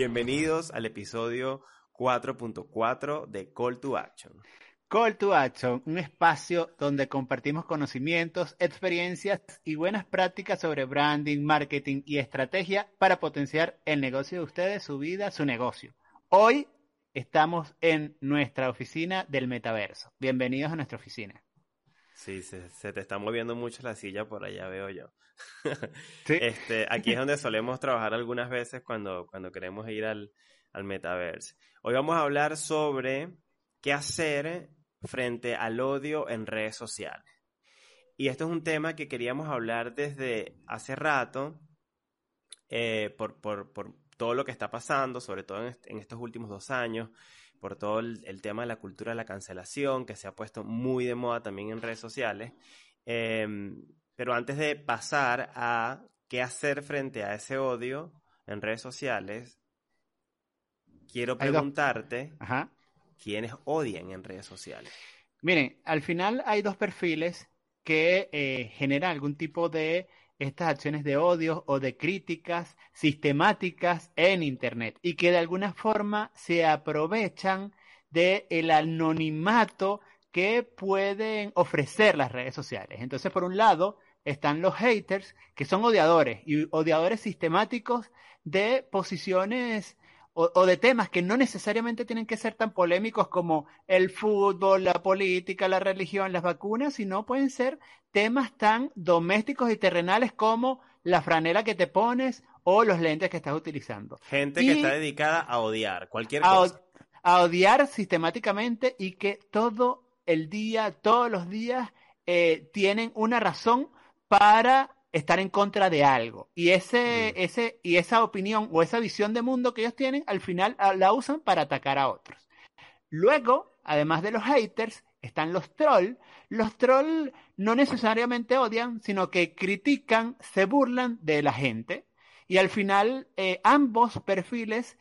Bienvenidos al episodio 4.4 de Call to Action. Call to Action, un espacio donde compartimos conocimientos, experiencias y buenas prácticas sobre branding, marketing y estrategia para potenciar el negocio de ustedes, su vida, su negocio. Hoy estamos en nuestra oficina del metaverso. Bienvenidos a nuestra oficina. Sí, se te está moviendo mucho la silla por allá, veo yo. Sí. Aquí es donde solemos trabajar algunas veces cuando queremos ir al metaverso. Hoy vamos a hablar sobre qué hacer frente al odio en redes sociales. Y esto es un tema que queríamos hablar desde hace rato, por todo lo que está pasando, sobre todo en estos últimos 2 años, por todo el tema de la cultura de la cancelación, que se ha puesto muy de moda también en redes sociales. Pero antes de pasar a qué hacer frente a ese odio en redes sociales, quiero Hay dos. preguntarte, Ajá. ¿quiénes odian en redes sociales? Miren, al final hay dos perfiles que generan algún tipo de estas acciones de odio o de críticas sistemáticas en Internet y que de alguna forma se aprovechan del anonimato que pueden ofrecer las redes sociales. Entonces, por un lado, están los haters, que son odiadores y odiadores sistemáticos de posiciones o de temas que no necesariamente tienen que ser tan polémicos como el fútbol, la política, la religión, las vacunas, sino pueden ser temas tan domésticos y terrenales como la franela que te pones o los lentes que estás utilizando. Gente que está Y dedicada a odiar cualquier a, cosa. a odiar sistemáticamente y que todo el día, todos los días, tienen una razón para estar en contra de algo. Y Mm. esa opinión o esa visión de mundo que ellos tienen, al final la usan para atacar a otros. Luego, además de los haters, están los trolls. Los trolls no necesariamente odian, sino que critican, se burlan de la gente. Y al final, ambos perfiles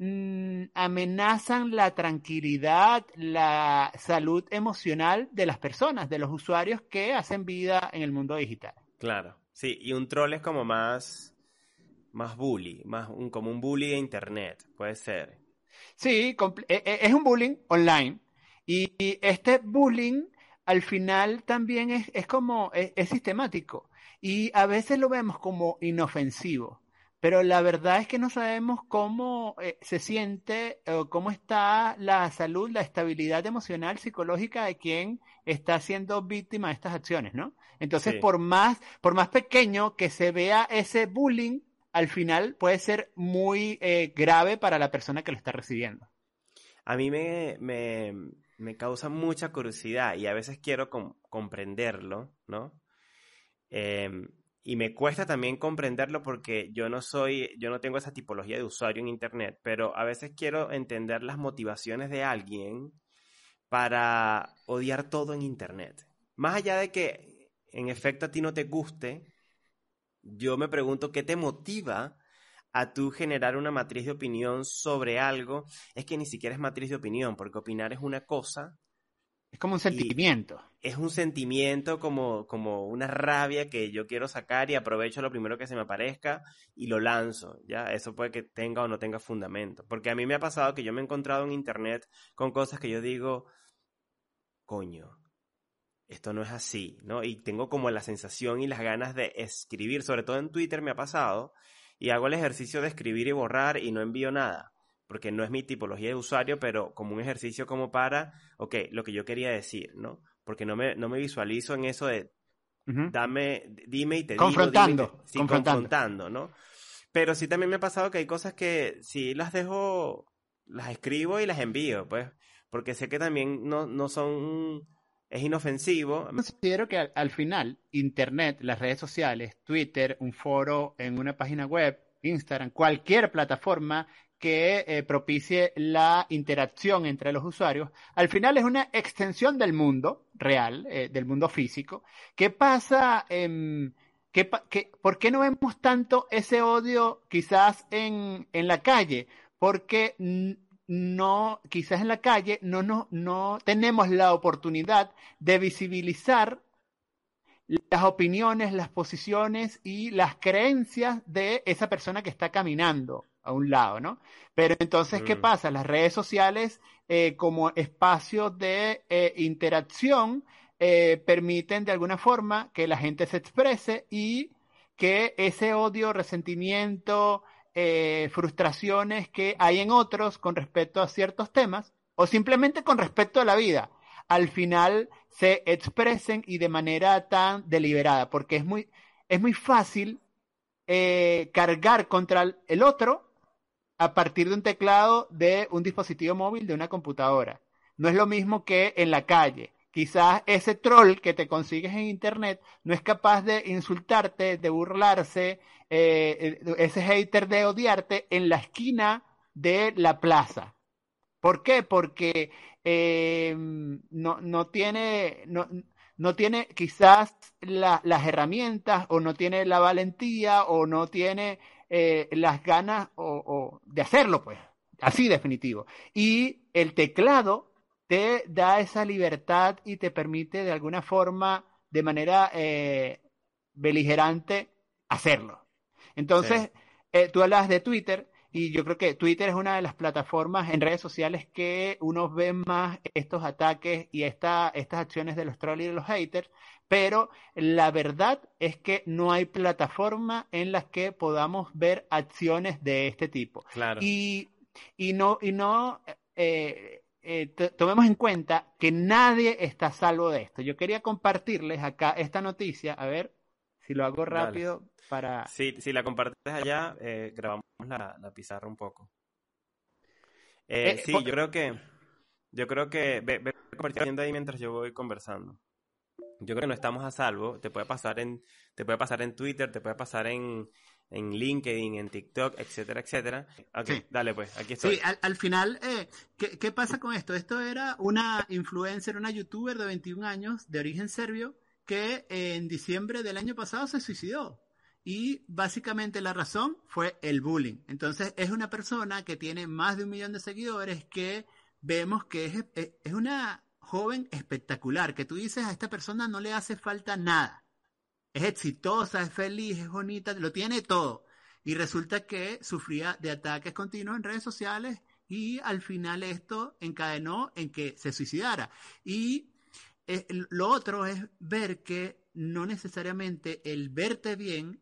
amenazan la tranquilidad, la salud emocional de las personas, de los usuarios que hacen vida en el mundo digital. Claro, sí, y un troll es como más bully, como un bully de internet, puede ser. Sí, es un bullying online. Y este bullying al final también es como, es sistemático. Y a veces lo vemos como inofensivo. Pero la verdad es que no sabemos cómo se siente o cómo está la salud, la estabilidad emocional, psicológica de quien está siendo víctima de estas acciones, ¿no? Entonces, Sí. por más pequeño que se vea ese bullying, al final puede ser muy grave para la persona que lo está recibiendo. A mí me causa mucha curiosidad y a veces quiero comprenderlo, ¿no? Em, y me cuesta también comprenderlo porque yo no tengo esa tipología de usuario en internet, pero a veces quiero entender las motivaciones de alguien para odiar todo en internet. Más allá de que en efecto a ti no te guste, yo me pregunto qué te motiva a tú generar una matriz de opinión sobre algo. Es que ni siquiera es matriz de opinión, porque opinar es una cosa Es como un y sentimiento. es un sentimiento como una rabia que yo quiero sacar y aprovecho lo primero que se me aparezca y lo lanzo, ¿ya? Eso puede que tenga o no tenga fundamento. Porque a mí me ha pasado que yo me he encontrado en internet con cosas que yo digo, coño, esto no es así, ¿no? Y tengo como la sensación y las ganas de escribir, sobre todo en Twitter me ha pasado, y hago el ejercicio de escribir y borrar y no envío nada, porque no es mi tipología de usuario, pero como un ejercicio como para, ok, lo que yo quería decir, ¿no? Porque no me visualizo en eso de Ujú. dime y te digo, sí, Confrontando. confrontando, ¿no? Pero sí también me ha pasado que hay cosas que sí las dejo, las escribo y las envío, pues, porque sé que también no son, es inofensivo. Considero que al final, Internet, las redes sociales, Twitter, un foro en una página web, Instagram, cualquier plataforma que propicie la interacción entre los usuarios, al final es una extensión del mundo real, del mundo físico. ¿Qué pasa? ¿Por qué no vemos tanto ese odio quizás en la calle? Porque no, quizás en la calle no tenemos la oportunidad de visibilizar las opiniones, las posiciones y las creencias de esa persona que está caminando a un lado, ¿no? Pero entonces, ¿qué pasa? Las redes sociales como espacio de interacción permiten de alguna forma que la gente se exprese y que ese odio, resentimiento, frustraciones que hay en otros con respecto a ciertos temas o simplemente con respecto a la vida, al final se expresen y de manera tan deliberada, porque es muy fácil cargar contra el otro a partir de un teclado de un dispositivo móvil de una computadora. No es lo mismo que en la calle. Quizás ese troll que te consigues en internet no es capaz de insultarte, de burlarse, ese hater de odiarte en la esquina de la plaza. ¿Por qué? Porque no tiene quizás las herramientas o no tiene la valentía o no tiene las ganas de hacerlo, pues, así definitivo. Y el teclado te da esa libertad y te permite de alguna forma, de manera beligerante, hacerlo. Sí. Entonces, tú hablas de Twitter. Y yo creo que Twitter es una de las plataformas en redes sociales que uno ve más estos ataques y estas acciones de los trolls y de los haters, pero la verdad es que no hay plataforma en las que podamos ver acciones de este tipo. Claro. Y, y no tomemos en cuenta que nadie está a salvo de esto. Yo quería compartirles acá esta noticia, a ver si lo hago Dale. rápido para... Si la compartes allá, grabamos la pizarra un poco. Eh, Sí, yo creo que ve compartiendo ahí mientras yo voy conversando. Yo creo que no estamos a salvo. Te puede pasar en Twitter, te puede pasar en LinkedIn, en TikTok, etcétera, etcétera. Ok, sí. dale pues, aquí Sí, estoy. al final, ¿qué pasa con esto? Esto era una influencer, una youtuber de 21 años, de origen serbio, que en diciembre del año pasado se suicidó. Y básicamente la razón fue el bullying. Entonces es una persona que tiene más de 1 millón de seguidores que vemos que es una joven espectacular, que tú dices a esta persona no le hace falta nada. Es exitosa, es feliz, es bonita, lo tiene todo. Y resulta que sufría de ataques continuos en redes sociales y al final esto encadenó en que se suicidara. Y lo otro es ver que no necesariamente el verte bien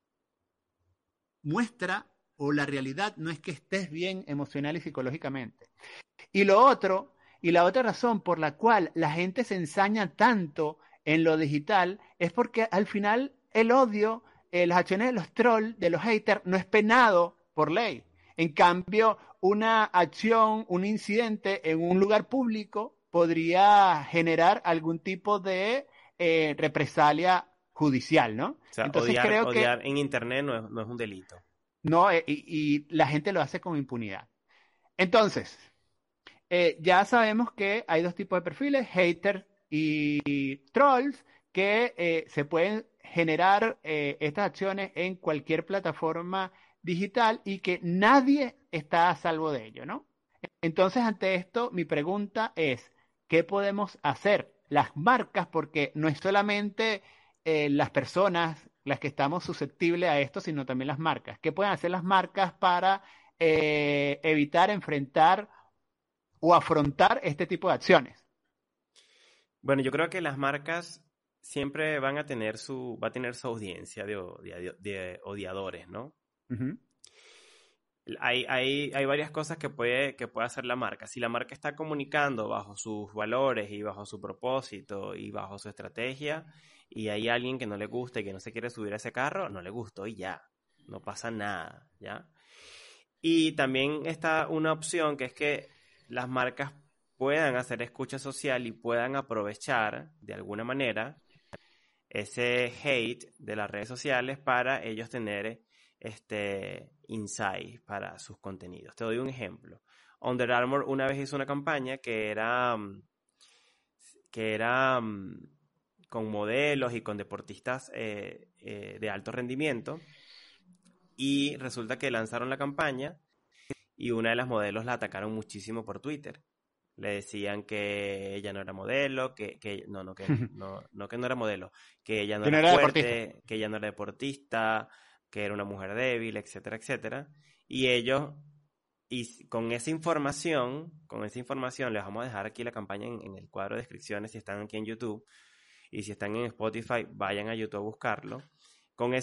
muestra o la realidad no es que estés bien emocional y psicológicamente. Y lo otro, y la otra razón por la cual la gente se ensaña tanto en lo digital es porque al final el odio, las acciones de los trolls, de los haters, no es penado por ley. En cambio, una acción, un incidente en un lugar público podría generar algún tipo de represalia judicial, ¿no? O sea, Entonces odiar, creo que odiar en internet no es un delito. no, y la gente lo hace con impunidad. Entonces, ya sabemos que hay dos tipos de perfiles, haters y trolls, que se pueden generar estas acciones en cualquier plataforma digital y que nadie está a salvo de ello, ¿no? Entonces, ante esto, mi pregunta es, ¿qué podemos hacer las marcas? Porque no es solamente las personas las que estamos susceptibles a esto, sino también las marcas. ¿Qué pueden hacer las marcas para evitar, enfrentar o afrontar este tipo de acciones? Bueno, yo creo que las marcas siempre va a tener su audiencia de odiadores, ¿no? Ujú. Hay varias cosas que puede hacer la marca. Si la marca está comunicando bajo sus valores y bajo su propósito y bajo su estrategia, y hay alguien que no le gusta y que no se quiere subir a ese carro, no le gustó y ya, no pasa nada, ¿ya? Y también está una opción que es que las marcas puedan hacer escucha social y puedan aprovechar de alguna manera ese hate de las redes sociales para ellos tener insight para sus contenidos. Te doy un ejemplo. Under Armour una vez hizo una campaña que era con modelos y con deportistas de alto rendimiento, y resulta que lanzaron la campaña y una de las modelos la atacaron muchísimo por Twitter. Le decían que ella no era modelo, que no era modelo, que ella no Que no era era deportista. fuerte, que ella no era deportista, que era una mujer débil, etcétera, etcétera. y ellos, con esa información, les vamos a dejar aquí la campaña en el cuadro de descripciones si están aquí en YouTube, y si están en Spotify, vayan a YouTube a buscarlo. Con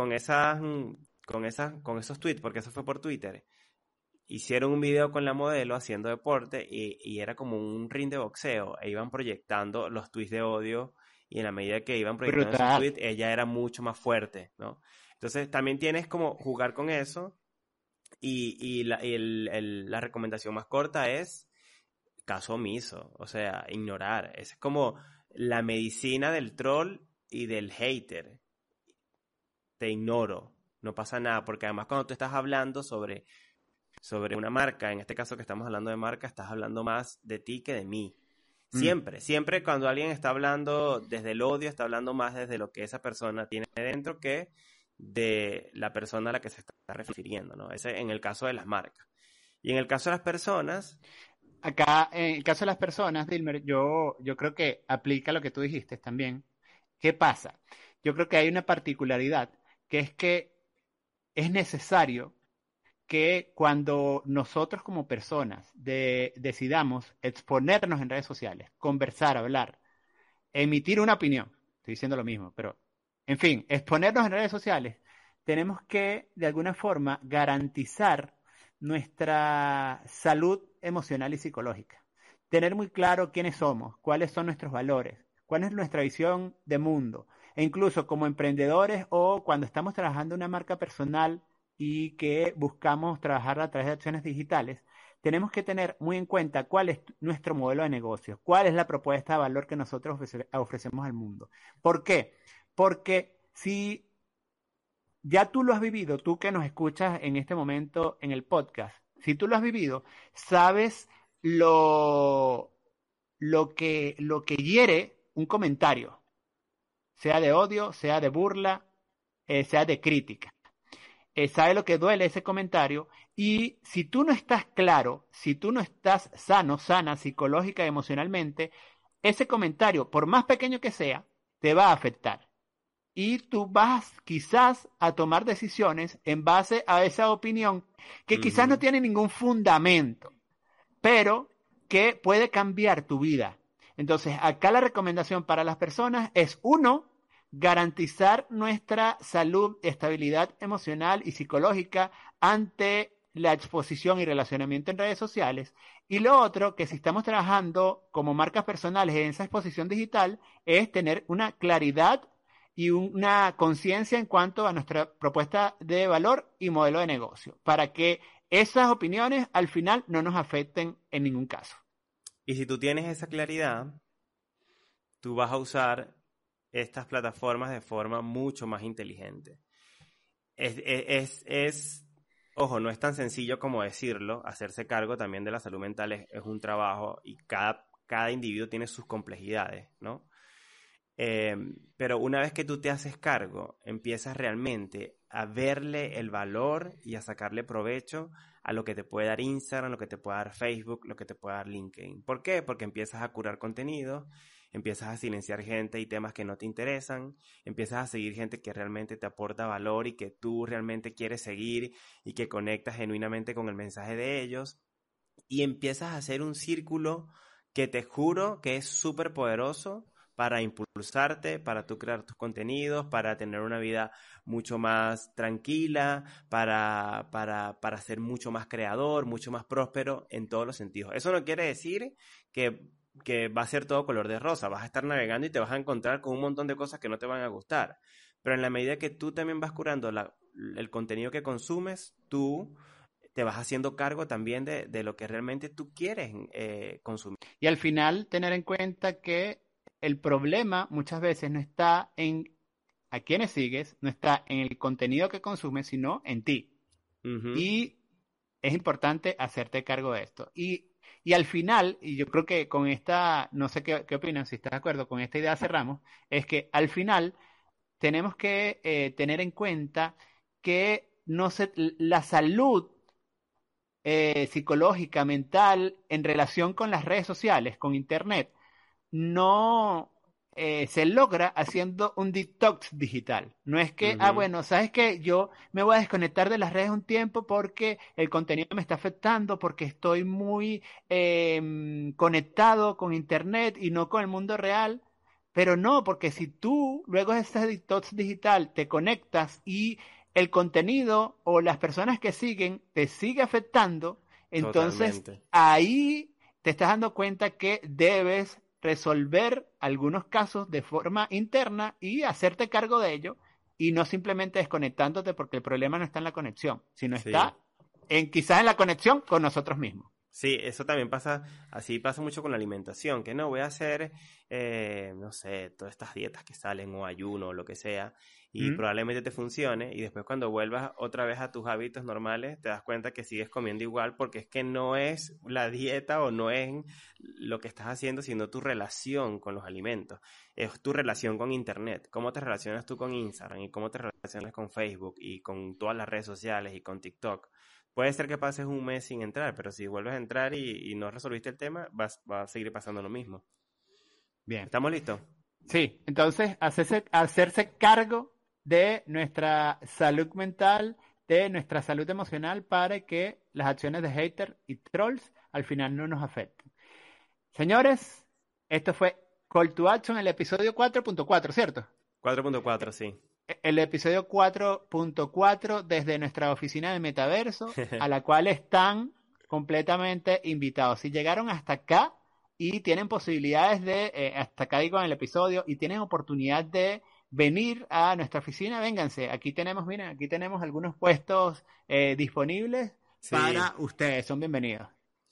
esos tweets, porque eso fue por Twitter, hicieron un video con la modelo haciendo deporte y era como un ring de boxeo, e iban proyectando los tweets de odio, y en la medida que iban proyectando esos Brutal. tweets, ella era mucho más fuerte, ¿no? Entonces también tienes como jugar con eso, y la recomendación más corta es caso omiso, o sea, ignorar. Es como la medicina del troll y del hater. Te ignoro, no pasa nada, porque además cuando tú estás hablando sobre una marca, en este caso que estamos hablando de marca, estás hablando más de ti que de mí. Siempre cuando alguien está hablando desde el odio, está hablando más desde lo que esa persona tiene dentro que de la persona a la que se está refiriendo, ¿no? Ese en el caso de las marcas. Y en el caso de las personas, Acá, en el caso de las personas, Dilmer, yo creo que aplica lo que tú dijiste también. ¿Qué pasa? Yo creo que hay una particularidad, que es que es necesario que cuando nosotros como personas decidamos exponernos en redes sociales, conversar, hablar, emitir una opinión, estoy diciendo lo mismo, pero en fin, exponernos en redes sociales, tenemos que de alguna forma garantizar nuestra salud emocional y psicológica. Tener muy claro quiénes somos, cuáles son nuestros valores, cuál es nuestra visión de mundo. E incluso como emprendedores o cuando estamos trabajando una marca personal y que buscamos trabajar a través de acciones digitales, tenemos que tener muy en cuenta cuál es nuestro modelo de negocio, cuál es la propuesta de valor que nosotros ofrecemos al mundo. ¿Por qué? Porque si ya tú lo has vivido, tú que nos escuchas en este momento en el podcast, si tú lo has vivido, sabes lo que hiere un comentario, sea de odio, sea de burla, sea de crítica. Sabe lo que duele ese comentario, y si tú no estás claro, si tú no estás sano, sana, psicológica y emocionalmente, ese comentario, por más pequeño que sea, te va a afectar. Y tú vas quizás a tomar decisiones en base a esa opinión que quizás no uh-huh, tiene ningún fundamento, pero que puede cambiar tu vida. Entonces, acá la recomendación para las personas es, uno, garantizar nuestra salud, estabilidad emocional y psicológica ante la exposición y relacionamiento en redes sociales. Y lo otro, que si estamos trabajando como marcas personales en esa exposición digital, es tener una claridad y una conciencia en cuanto a nuestra propuesta de valor y modelo de negocio, para que esas opiniones al final no nos afecten en ningún caso. y si tú tienes esa claridad, tú vas a usar estas plataformas de forma mucho más inteligente. Ojo, no es tan sencillo como decirlo. Hacerse cargo también de la salud mental es un trabajo, y cada individuo tiene sus complejidades, ¿no? Pero una vez que tú te haces cargo, empiezas realmente a verle el valor y a sacarle provecho a lo que te puede dar Instagram, lo que te puede dar Facebook, lo que te puede dar LinkedIn. ¿Por qué? Porque empiezas a curar contenido, empiezas a silenciar gente y temas que no te interesan, empiezas a seguir gente que realmente te aporta valor y que tú realmente quieres seguir y que conectas genuinamente con el mensaje de ellos, y empiezas a hacer un círculo que te juro que es súper poderoso para impulsarte, para tú crear tus contenidos, para tener una vida mucho más tranquila, para ser mucho más creador, mucho más próspero en todos los sentidos. Eso no quiere decir que va a ser todo color de rosa. Vas a estar navegando y te vas a encontrar con un montón de cosas que no te van a gustar. Pero en la medida que tú también vas curando el contenido que consumes, tú te vas haciendo cargo también de lo que realmente tú quieres consumir. Y al final tener en cuenta que el problema muchas veces no está en a quienes sigues, no está en el contenido que consumes, sino en ti. Ujú. Y es importante hacerte cargo de esto. Y al final, y yo creo que con esta, no sé qué opinan, si estás de acuerdo, con esta idea cerramos, es que al final tenemos que tener en cuenta que la salud psicológica, mental, en relación con las redes sociales, con Internet, no, se logra haciendo un detox digital. No es que, bueno, ¿sabes qué? Yo me voy a desconectar de las redes un tiempo porque el contenido me está afectando, porque estoy muy conectado con internet y no con el mundo real. Pero no, porque si tú luego de ese detox digital te conectas y el contenido o las personas que siguen te sigue afectando, entonces Totalmente. ahí te estás dando cuenta que debes resolver algunos casos de forma interna y hacerte cargo de ello y no simplemente desconectándote porque el problema no está en la conexión, sino Sí. está quizás en la conexión con nosotros mismos. Sí, eso también pasa, así pasa mucho con la alimentación, que no, voy a hacer, no sé, todas estas dietas que salen o ayuno o lo que sea, y ¿Mm? probablemente te funcione, y después cuando vuelvas otra vez a tus hábitos normales, te das cuenta que sigues comiendo igual, porque es que no es la dieta o no es lo que estás haciendo, sino tu relación con los alimentos, es tu relación con Internet, cómo te relacionas tú con Instagram y cómo te relacionas con Facebook y con todas las redes sociales y con TikTok. Puede ser que pases un mes sin entrar, pero si vuelves a entrar y no resolviste el tema, va a seguir pasando lo mismo. Bien. ¿Estamos listos? Sí, entonces hacerse cargo de nuestra salud mental, de nuestra salud emocional para que las acciones de hater y trolls al final no nos afecten. Señores, esto fue Call to Action, el episodio 4.4, ¿cierto? 4.4, sí. El episodio 4.4 desde nuestra oficina de Metaverso, a la cual están completamente invitados. Si llegaron hasta acá y tienen posibilidades de, hasta acá digo en el episodio, y tienen oportunidad de venir a nuestra oficina, vénganse. Aquí tenemos, miren, aquí tenemos algunos puestos disponibles Sí, para ustedes. Son bienvenidos.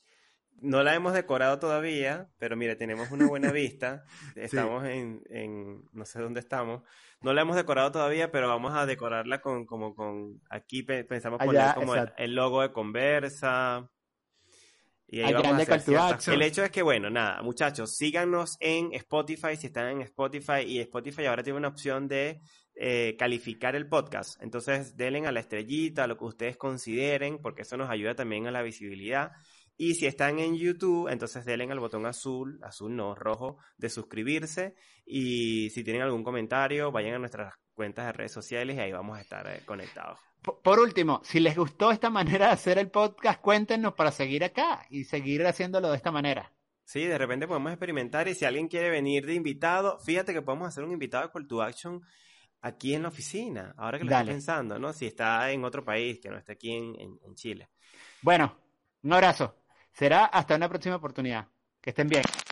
no la hemos decorado todavía, pero mire, tenemos una buena vista. Sí. Estamos no sé dónde estamos. No la hemos decorado todavía, pero vamos a decorarla aquí pensamos poner Allá, como exacto. el logo de Conversa. Y ahí Al vamos a grande hacer Call to ciertas cosas. El Action. hecho es que, bueno, nada, muchachos, síganos en Spotify si están en Spotify. Y Spotify ahora tiene una opción de calificar el podcast. Entonces, denle a la estrellita, a lo que ustedes consideren, porque eso nos ayuda también a la visibilidad. Y si están en YouTube, entonces denle al botón azul, azul no, rojo, de suscribirse. Y si tienen algún comentario, vayan a nuestras cuentas de redes sociales y ahí vamos a estar conectados. Por último, si les gustó esta manera de hacer el podcast, cuéntenos para seguir acá y seguir haciéndolo de esta manera. Sí, de repente podemos experimentar y si alguien quiere venir de invitado, fíjate que podemos hacer un invitado de Call to Action aquí en la oficina, ahora que lo estoy Dale. pensando, ¿no? Si está en otro país, que no esté aquí en Chile. Bueno, un abrazo. Será hasta una próxima oportunidad. Que estén bien.